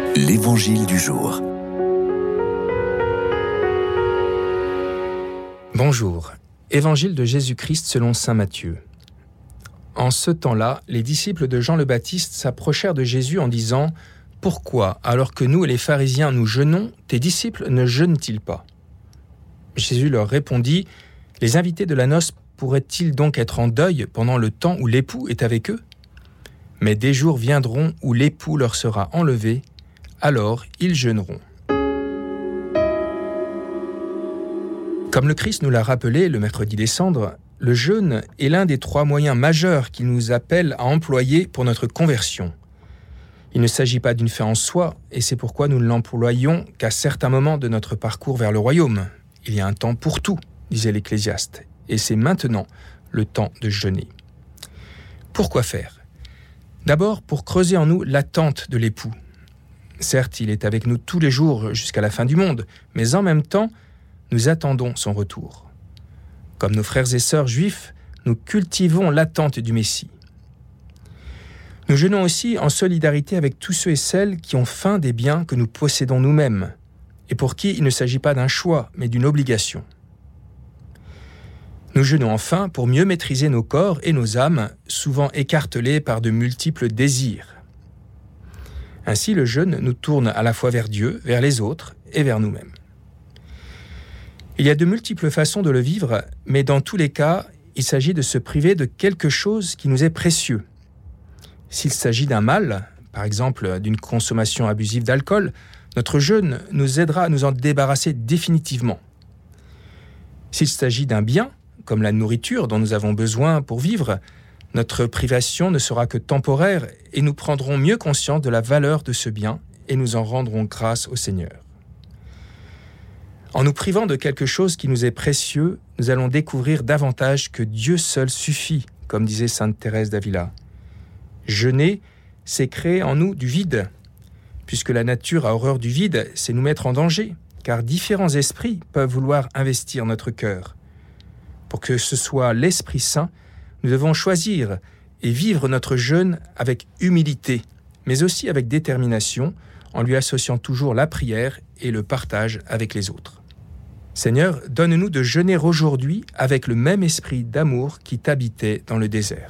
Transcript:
L'Évangile du jour. Bonjour, Évangile de Jésus-Christ selon saint Matthieu. En ce temps-là, les disciples de Jean le Baptiste s'approchèrent de Jésus en disant « Pourquoi, alors que nous et les pharisiens nous jeûnons, tes disciples ne jeûnent-ils pas ?» Jésus leur répondit « Les invités de la noce pourraient-ils donc être en deuil pendant le temps où l'époux est avec eux ? Mais des jours viendront où l'époux leur sera enlevé, alors ils jeûneront. » Comme le Christ nous l'a rappelé le mercredi des Cendres, le jeûne est l'un des 3 moyens majeurs qu'il nous appelle à employer pour notre conversion. Il ne s'agit pas d'une fin en soi, et c'est pourquoi nous ne l'employons qu'à certains moments de notre parcours vers le royaume. Il y a un temps pour tout, disait l'Ecclésiaste, et c'est maintenant le temps de jeûner. Pourquoi faire ? D'abord, pour creuser en nous l'attente de l'époux. Certes, il est avec nous tous les jours jusqu'à la fin du monde, mais en même temps, nous attendons son retour. Comme nos frères et sœurs juifs, nous cultivons l'attente du Messie. Nous jeûnons aussi en solidarité avec tous ceux et celles qui ont faim des biens que nous possédons nous-mêmes, et pour qui il ne s'agit pas d'un choix, mais d'une obligation. Nous jeûnons enfin pour mieux maîtriser nos corps et nos âmes, souvent écartelés par de multiples désirs. Ainsi, le jeûne nous tourne à la fois vers Dieu, vers les autres et vers nous-mêmes. Il y a de multiples façons de le vivre, mais dans tous les cas, il s'agit de se priver de quelque chose qui nous est précieux. S'il s'agit d'un mal, par exemple d'une consommation abusive d'alcool, notre jeûne nous aidera à nous en débarrasser définitivement. S'il s'agit d'un bien, comme la nourriture dont nous avons besoin pour vivre, notre privation ne sera que temporaire et nous prendrons mieux conscience de la valeur de ce bien et nous en rendrons grâce au Seigneur. En nous privant de quelque chose qui nous est précieux, nous allons découvrir davantage que Dieu seul suffit, comme disait sainte Thérèse d'Avila. Jeûner, c'est créer en nous du vide. Puisque la nature a horreur du vide, c'est nous mettre en danger, car différents esprits peuvent vouloir investir notre cœur. Pour que ce soit l'Esprit Saint, nous devons choisir et vivre notre jeûne avec humilité, mais aussi avec détermination, en lui associant toujours la prière et le partage avec les autres. Seigneur, donne-nous de jeûner aujourd'hui avec le même esprit d'amour qui t'habitait dans le désert.